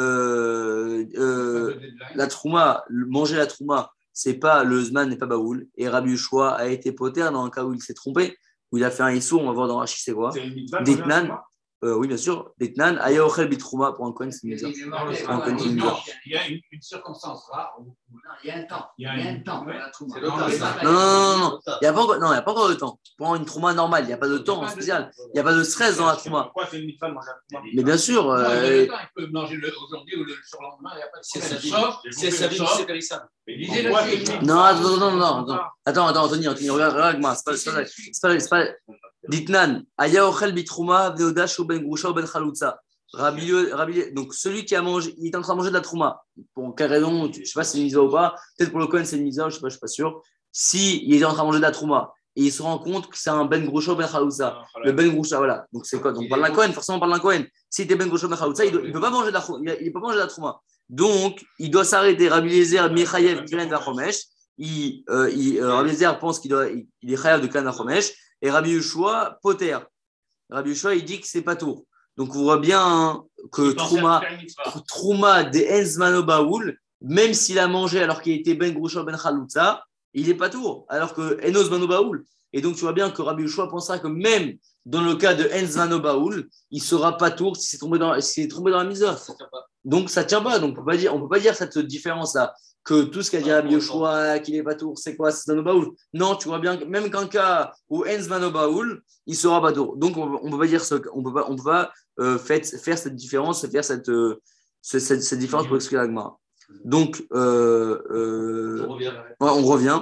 la Trouma, manger la Trouma, c'est pas, le Zman n'est pas Baoul. Et Rabbi Yoshua a été poter dans un cas où il s'est trompé, où il a fait un Issou, on va voir dans Rashi, c'est quoi. Ditnan, oui, bien sûr. Ditnan, Ayaochel Bitrouma, pour un coin, c'est une Il y a une circonstance rare. Il y a un temps. Il y a un temps. Non. Il n'y a pas encore de temps. Pour une Trouma normale, il n'y a pas de temps spécial. Il n'y a pas de stress dans la Trouma. Pourquoi c'est une mitzvah de manger la Trouma? Mais bien sûr. Il peut manger aujourd'hui ou le surlendemain, il n'y a pas de problème. C'est sa vie, c'est périssable. Non. Attends, Anthony, regarde moi. C'est pas. Ditnan, Aya Ochel Bitrouma, Veodash ou Ben Grusha ou Ben Chaloutza. Donc, celui qui a mangé, il est en train de manger de la Trouma. Pour quelle raison? Je ne sais pas si c'est une misa ou pas. Peut-être pour le Kohen, c'est une misa, je ne suis pas sûr. S'il est en train de manger de la Trouma et il se rend compte que c'est un Ben Grusha ou Ben Chaloutza. Le Ben Grusha, voilà. Donc, c'est quoi? Donc, on parle d'un Kohen, forcément, on parle d'un Kohen. S'il était Ben Grusha ou Ben Chaloutza, il ne peut pas manger de la Trouma. Il peut pas manger de la Trouma. Donc, il doit s'arrêter. Rabbi Eliezer, Michayev, Kelen Vachomesh. Rabbi Eliezer pense qu'il est Chayav de Kelen Vachomesh. Et Rabbi Yoshua, poter. Rabbi Yoshua, il dit que c'est pas tour. Donc, on voit bien que Trouma des Enzmano Baoul, même s'il a mangé alors qu'il était Ben Grusha Ben Chaloutza, il n'est pas tour. Alors que Enos Mano Baoul. Et donc, tu vois bien que Rabbi Yoshua pensera que même dans le cas de Enzmano Baoul, il ne sera pas tour s'il est tombé dans la misère. Donc, ça ne tient pas. Donc, on ne peut pas dire cette différence-là. Que tout ce qu'a dit Rabbi Yoshua, qu'il n'est pas tour, c'est quoi? C'est Zmano Baoul. Non, tu vois bien que même qu'un cas où Enzmano Baoul, il sera pas tour. Donc, on ne peut pas dire on peut pas faire cette différence, faire cette différence pour expliquer la Gemara. Donc, on revient.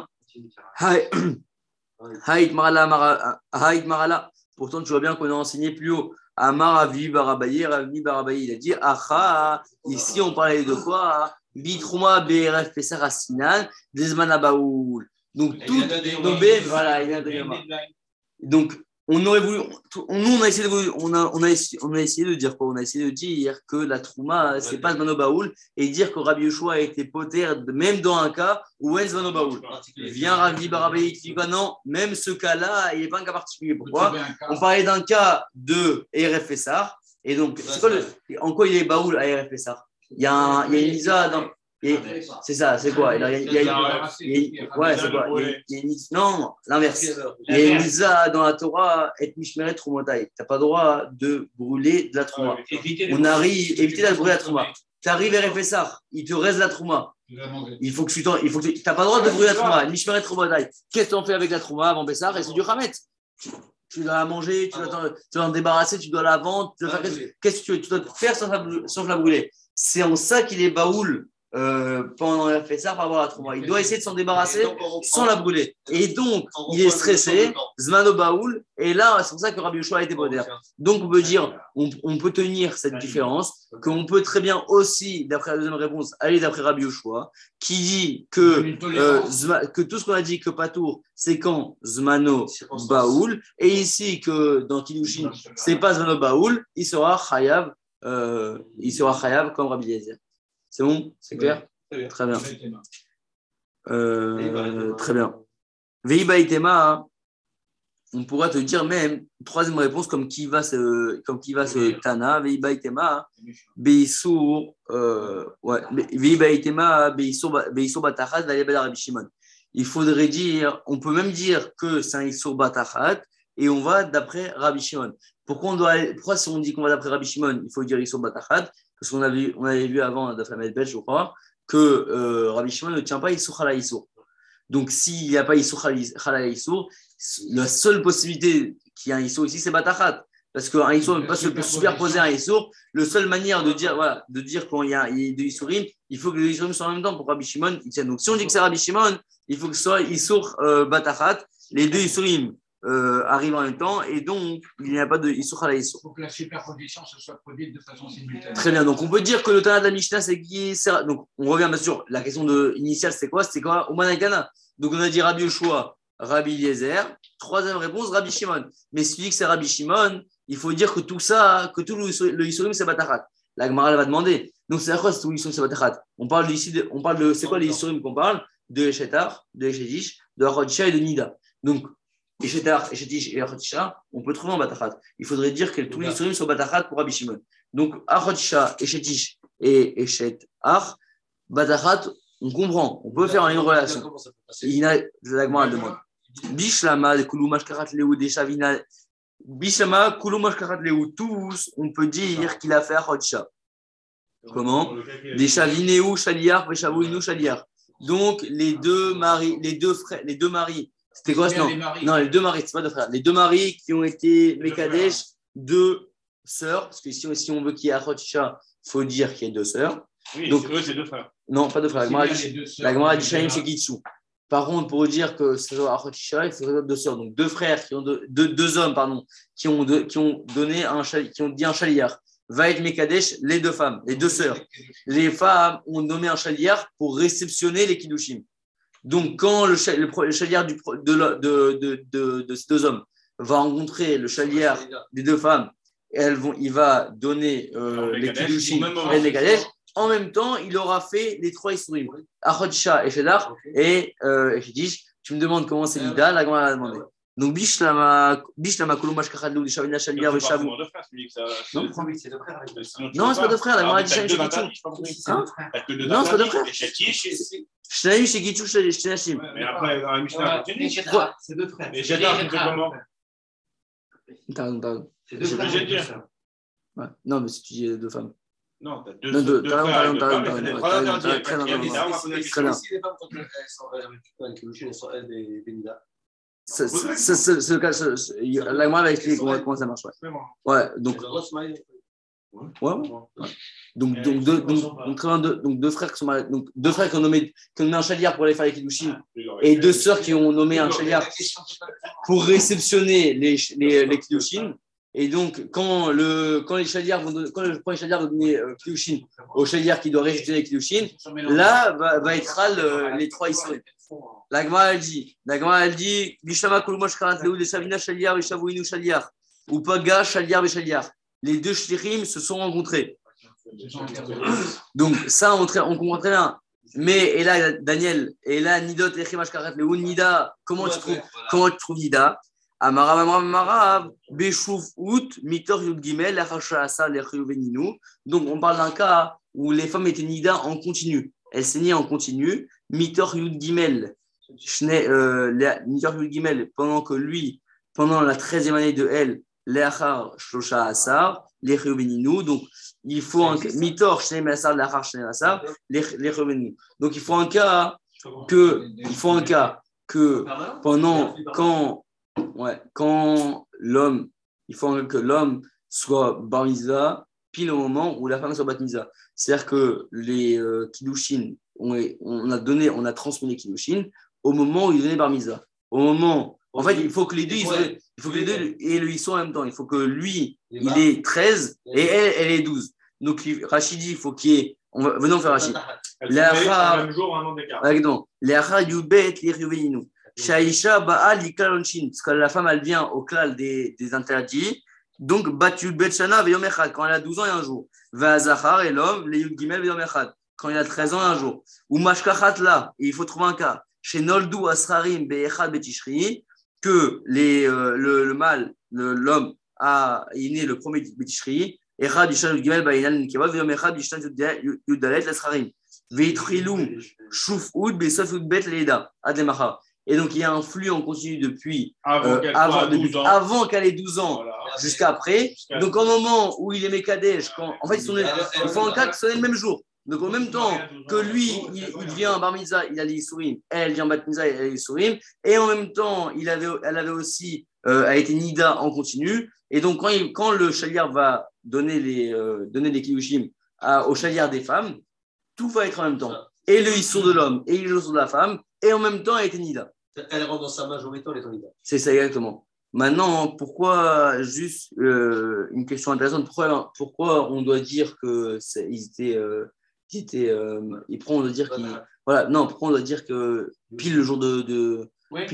Haït Marala. Pourtant, tu vois bien qu'on a enseigné plus haut. Amar Avi Barabaye, il a dit Acha, ici on parlait de quoi? Bitrouma BRF Pessar Asinan, Desmana Baoul. Donc, tout. Donc, voilà, il y a donc, on aurait voulu. Nous, on a essayé de dire quoi? On a essayé de dire que la Trouma, c'est pas Zmano Baoul, et dire que Rabbi Yoshua a été poter, même dans un cas où est Zmano Baoul. Vient Ravi Barabaye qui dit bah non, même ce cas-là, il n'est pas un cas particulier. Pourquoi? On parlait d'un cas de ERF Pessar, et donc, en quoi il est Baoul à ERF Pessar? Il y a une misa dans. C'est ça, c'est quoi? Non, l'inverse. Il y a une misa dans la Torah, et Mishmeret Trumotai. Tu n'as pas le droit de brûler de la Trouma. Éviter de brûler la Trouma. Tu arrives à Pessar, il te reste la Trouma. Il faut que tu n'as pas le droit de brûler la Trouma. Mishmeret Trumotai. Qu'est-ce que tu en fais avec la Trouma avant Pessar? Et c'est du Hamet. Tu dois la manger, tu dois en débarrasser, tu dois la vendre. Qu'est-ce que tu dois faire sans la brûler? C'est en ça qu'il est Baoul pendant la Pessar par rapport à la Trouma. Il doit essayer de s'en débarrasser sans la brûler. Et donc, il est stressé, Zmano Baoul, et là, c'est pour ça que Rabbi Yoshua a été poter. Donc, on peut dire, on peut tenir cette différence, qu'on peut très bien aussi, d'après la deuxième réponse, aller d'après Rabbi Yoshua, qui dit que tout ce qu'on a dit que Patour, c'est quand Zmano Baoul, et ici que dans Kiddushin, c'est pas Zmano Baoul, il sera Chayav comme Rabbi Eliezer. C'est bon? C'est clair? Très bien. Très bien. Veiba Itema, on pourra te dire même, troisième réponse, comme qui va ce Tana, Veiba Itema, Beisour, Veiba Itema, Beisour Batachat, Valébel Rabbi Shimon. Il faudrait dire, on peut même dire que c'est un Issour Batachat, et on va d'après Rabbi Shimon. Pourquoi si on dit qu'on va d'après Rabbi Shimon, il faut dire Issour Batachat? Parce qu'on avait vu avant, d'après Medbet, je crois, que Rabbi Shimon ne tient pas Issour Chala Issour. Donc, s'il n'y a pas Issour Chala Issour, la seule possibilité qu'il y ait un Issour ici, c'est Batachat. Parce qu'un Issour ne peut pas se superposer à un Issour. La seule manière de dire quand il y a deux Issourim, il faut que les Issourim soient en même temps pour Rabbi Shimon. Donc, si on dit que c'est Rabbi Shimon, il faut que ce soit Issour Batachat. Les deux Issourim arrivent en même temps et donc il n'y a pas de Issour à la Il Issour. faut que la superposition se soit produite de façon simultanée. Très bien, donc on peut dire que le Tana de la Mishnah, c'est qui c'est... Donc on revient bien sûr, la question initiale, c'est quoi? C'était quoi? Omanakana. Donc on a dit Rabbi Yoshua, Rabbi Eliezer. Troisième réponse, Rabbi Shimon. Mais si tu dis que c'est Rabbi Shimon, il faut dire que tout ça, que tout le Issorim, c'est Batachat. La Gemara va demander. Donc c'est quoi tout l'Issorim, c'est Batachat? On parle de, c'est quoi les Issorim qu'on parle? De Eshetar, de Eshetish, de Achodisha et de Nida. Donc Eshetar, Eshetish et Achodisha, on peut trouver en Batachat. Il faudrait dire que tous les Issorim sont Batachat pour Rabbi Shimon. Donc Achodisha, Eshetish et Eshetar, Batachat, on comprend, on peut faire une relation. La Gemara demande. Bishlama, Kouloumashkarat Léou, Deshavina. Bishlama, Kouloumashkarat Léou, tous, on peut dire qu'il a fait Achodisha. Comment? Deshavinéou, Shaliar, Veshavouinou, Shaliar. Donc, les deux maris, c'était quoi? Non, les deux maris, c'est pas deux frères. Les deux maris qui ont été Mekadesh, deux sœurs, parce que si on veut qu'il y ait Achodisha, il faut dire qu'il y ait deux sœurs. Oui, donc, c'est deux frères. Non, pas deux frères. La Gemara dit Shaim Shekitsu. Par contre, pour dire que c'est Achodisha, il faudrait deux sœurs. Donc, deux frères, deux hommes, pardon, qui ont dit un Shaliar. Va être Mekadesh, les deux femmes, les deux sœurs. Les femmes ont nommé un Shaliar pour réceptionner les Kiddushim. Donc, quand le Shaliar de ces deux hommes va rencontrer le Shaliar des deux femmes, il va donner les Kiddushim et les Mekadesh. En même temps, il aura fait les trois Isurim, Achodisha et Shedar et Eshetish. Tu me demandes comment c'est Nida, la Gemara a demandé. Donc, Bishlama, Kouloumash Kachadlou, Shavina Shaliar, Veshavou. Non, c'est deux frères. Non, c'est pas deux frères, la Gemara dit Shaim Shekitsu. Non, c'est pas deux frères. Shnaim Shekitsu, Shnashim. Mais après, dans la Mishnah, c'est deux frères. Mais Shedar, tu fais comment? T'as C'est deux frères. ouais. Non, mais si tu dis deux femmes. Non, t'as Non, deux t'as frères. Très bien. Si les femmes, quand elles sont avec Kiddushin, elles sont elles des Nida. C'est le cas. La Gemara va expliquer comment ça marche. Ouais, donc. Ouais. Donc deux frères qui sont malades. Donc deux frères qui ont nommé un Shaliar pour aller faire les Kiddushim et deux sœurs qui ont nommé un Shaliar pour réceptionner les Kiddushim. Et donc quand le premier Shaliar va donner Kiddushim au Shaliar qui doit réceptionner les Kiddushim, là va être les trois Israël. La Gemara elle dit Bishama Kouloumash Karat Léou de Shavina Shaliar et Shavouinou Shaliar ou Paga Shaliar et Shaliar. Les deux shlichim se sont rencontrés. Donc ça, on comprend très bien. Mais et là, Daniel, et là, Nidot, Lechimash Karat, Léou, Nida, comment tu trouves Nida? Amarav, Beshouf, Out, Mitor, Yud Gimel, Lachacha, Asa, Lechiyuveninu. Donc on parle d'un cas où les femmes étaient Nida en continu. Elles saignaient en continu. Mitor, Yud Gimel, Mitor, Yud Gimel, pendant la 13e année de elle, Leachar Shlosha Asar, Lechiyuveninu. Donc il faut un Mitor, Shneim Asar, Leachar Shneim Asar, Lechiyuveninu. Donc il faut un cas que pendant quand l'homme, il faut que l'homme soit bar mitzvah pile au moment où la femme soit bat mitzvah. C'est-à-dire que les kiddushin, on a transmis les kiddushin au moment où il donnait bar mitzvah. Au moment, en fait, il faut que les deux, aient le Issour en même temps. Il faut que lui, il ait 13 et elle ait 12. Donc Rachid dit, il faut qu'il y ait. Venons faire Rachid. Même jour, un an d'écart. Exactement. Léachar yubet liruveyinu. Shaisha Baal Ikalonshin, parce que la femme elle vient au klal des interdits, donc Batut Betshana Veyom Echad, quand elle a 12 ans et un jour. Vazachar et l'homme, les Yud Gimel Veyom Echad, quand il a 13 ans et un jour. Ou Mashkachat là, et il faut trouver un cas, chez Noldu Asrarim Beechad Betishri, que le mâle, l'homme, est né le premier Betishri, Echad Yishan Yud Gimel Bainal Nikebad, Veyom Echad Yishan Yud Dalet Lasrarim. Veitrilou Shuf Ud Besof Yud Bet Leda, Adlemachar. Et donc, il y a un flux en continu depuis avant qu'elle ait 12 ans voilà, jusqu'à après. Donc, au moment où il est Mekadesh, en fait, il faut un cas qui soit le même jour. Donc, en même temps que lui, il vient Bar Mitzvah, il a les Isurim, elle vient Bat Mitzvah, elle a les Isurim. Et en même temps, elle avait aussi a été Nida en continu. Et donc, quand le Shaliar va donner les Kiddushim au Shaliar des femmes, tout va être en même temps. Et le Issour de l'homme, et le Issour de la femme, et en même temps, elle a été Nida. Elle rentre dans sa majorité, elle est en Nida. C'est ça, exactement. Maintenant, pourquoi, juste une question intéressante, pourquoi on doit dire que pourquoi on doit dire voilà, non, pourquoi on doit dire que pile le jour de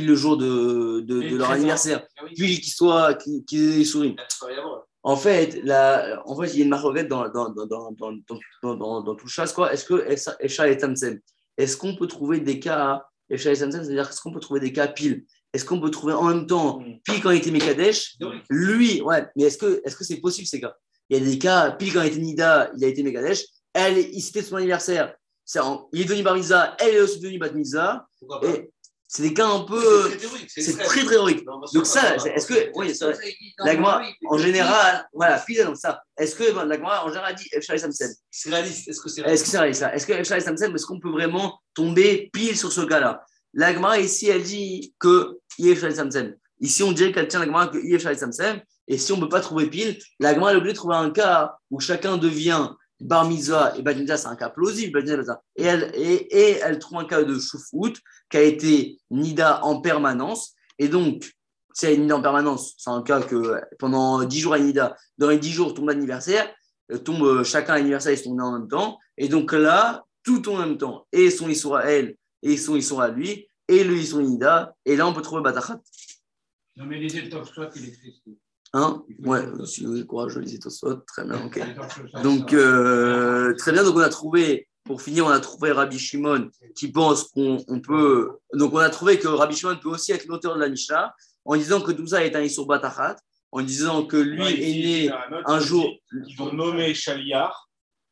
leur anniversaire, puis qu'ils aient des souris. En fait, il y a une marquette dans tout le chasse, quoi. Est-ce que Esha et Tamsem, est-ce qu'on peut trouver des cas Esha et Tamsem, c'est-à-dire est-ce qu'on peut trouver des cas pile? Est-ce qu'on peut trouver en même temps pile quand il était Mekadesh, lui, ouais, mais est-ce que c'est possible ces cas? Il y a des cas, pile quand il était Nida, il a été Mekadesh, c'était son anniversaire, il est devenu Bar Mitzvah, elle est aussi devenue Bat Mitzvah, et c'est des cas un peu. C'est très théorique. Donc, ça, est-ce que. Oui, c'est vrai. La Gemara, en général, voilà, pile donc ça. Est-ce que la Gemara, en général, dit Efshar et Samsem? C'est réaliste. Est-ce que c'est réaliste? Est-ce que Efshar et Samsem, est-ce qu'on peut vraiment tomber pile sur ce cas-là? La Gemara, ici, elle dit que Efshar et Samsem. Ici, on dirait qu'elle tient la Gemara que Efshar et Samsem. Et si on ne peut pas trouver pile, la Gemara est obligée de trouver un cas où chacun devient Bar Mitzvah et Bat Mitzvah, c'est un cas plausible. Et elle trouve un cas de Shufut qui a été Nida en permanence. Et donc, si elle est Nida en permanence, c'est un cas que pendant 10 jours à Nida, dans les 10 jours, tombe l'anniversaire, chacun l'anniversaire, ils sont nés en même temps. Et donc là, tout en même temps. Et son Issour à elle, et son Issour à lui, et le Issour Nida. Et là, on peut trouver Batachat. Non, mais lisez le Tosfot, il est triste. Hein? Ouais, si vous avez courage, lisez Tosfot, très bien, ok. Donc, très bien, donc on a trouvé. Pour finir, on a trouvé Rabbi Shimon qui pense qu'on peut. Donc, on a trouvé que Rabbi Shimon peut aussi être l'auteur de la Mishnah en disant que tout ça est un Issour Batachat, en disant que lui est né un jour. Ils ont nommé Shaliar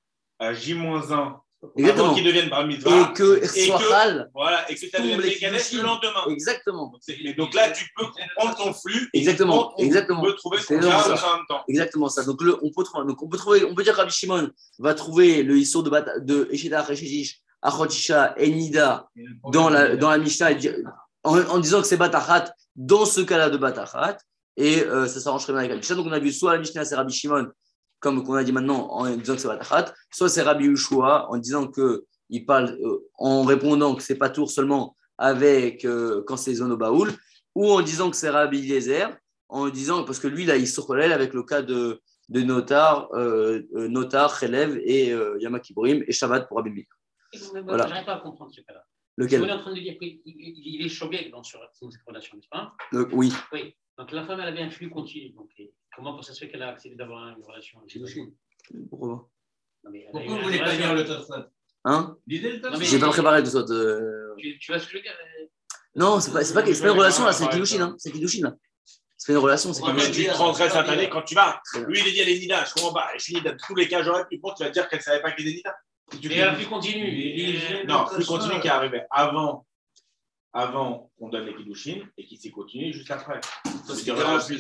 à J-1 Exactement. avant qu'il devienne Bar Mitzvah. Et que Sochal. Voilà, et que tu as devenu Mekadesh le lendemain. Exactement. Et donc là, tu peux comprendre ton flux. Exactement. Tu peux trouver ton cas en même temps. Exactement ça. Donc, on peut dire que Rabbi Shimon va trouver le Issour de Esheda, Reshish, Achotisha et Nida dans la Mishnah en disant que c'est Batachat dans ce cas-là de Batachat. Et ça s'arrange très bien avec la Mishnah. Donc, on a vu soit la Mishnah, c'est Rabbi Shimon, comme on a dit maintenant, en disant que c'est Batachat, soit c'est Rabbi Yehoshua en disant qu'il parle, en répondant que c'est pas tour seulement avec quand c'est zone au baoul, ou en disant que c'est Rabbi Eliezer, en disant, parce que lui, là, il se relève avec le cas de Notar, Chelev et Yom Kippourim et Shabbat pour Rabbi Meir. Voilà. Je n'arrive pas à comprendre ce cas-là. Lequel? Vous êtes en train de dire qu'il est choqué dans cette relation, n'est-ce pas? Oui. Oui. Donc la femme, elle avait un flux continu. Donc, comment ça se fait qu'elle a accepté d'avoir une relation avec lui? Pourquoi? Pourquoi vous ne voulez pas lire le Tosfot? Hein? Lisez le Tosfot. J'ai pas préparé tout ça. Tu vois ce que je veux dire? Non, c'est pas une relation là, c'est Kiddushin, hein. C'est Kiddushin là. C'est une relation, c'est Kiddushin. Tu transgresses cette année quand tu vas. Lui, il est dit elle est Nida, je comprends pas. Et chez Nida, tous les cas, j'aurais pu prendre, tu vas dire qu'elle ne savait pas qu'il était Nida. Et elle a flux continu. Non, flux continu qui est arrivé avant qu'on donne les Kiddushin et qui s'est continué juste après. Ça veut dire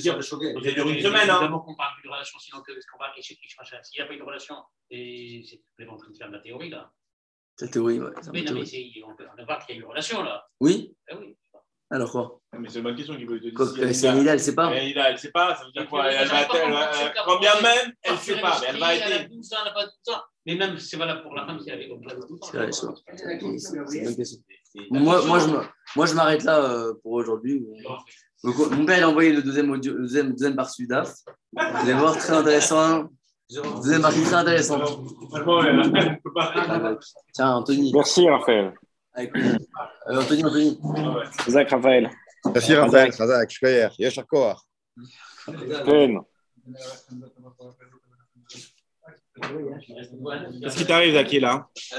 une semaine. Évidemment qu'on parle plus de relation, sinon qu'est-ce qu'on parle? S'il n'y a pas eu de relation, et c'est en train de faire de la théorie là. C'est la théorie, ouais. Oui, non, mais on peut voir qu'il y a eu une relation là. Oui. Oui. Alors quoi? Mais c'est une bonne question qu'il veut te dire. C'est Nida, elle ne sait pas. Nida, elle ne sait pas, ça veut dire quoi? Quand bien même, elle ne sait pas, mais elle va être. Elle a 12 ans, elle n'a pas 12 ans. Mais même, c'est valable pour la femme qui avait 12 ans. C'est une bonne question. Moi, je m'arrête là pour aujourd'hui. Mon père a envoyé le deuxième par Sudaf. Vous allez voir, très intéressant. Deuxième partie très intéressante. Tiens, Anthony. Merci, Raphaël. Anthony. Zach, Raphaël. Merci, Raphaël. Chazak, Shkoyer. Yeshar Koach. Qu'est-ce qui t'arrive, Zaki, là?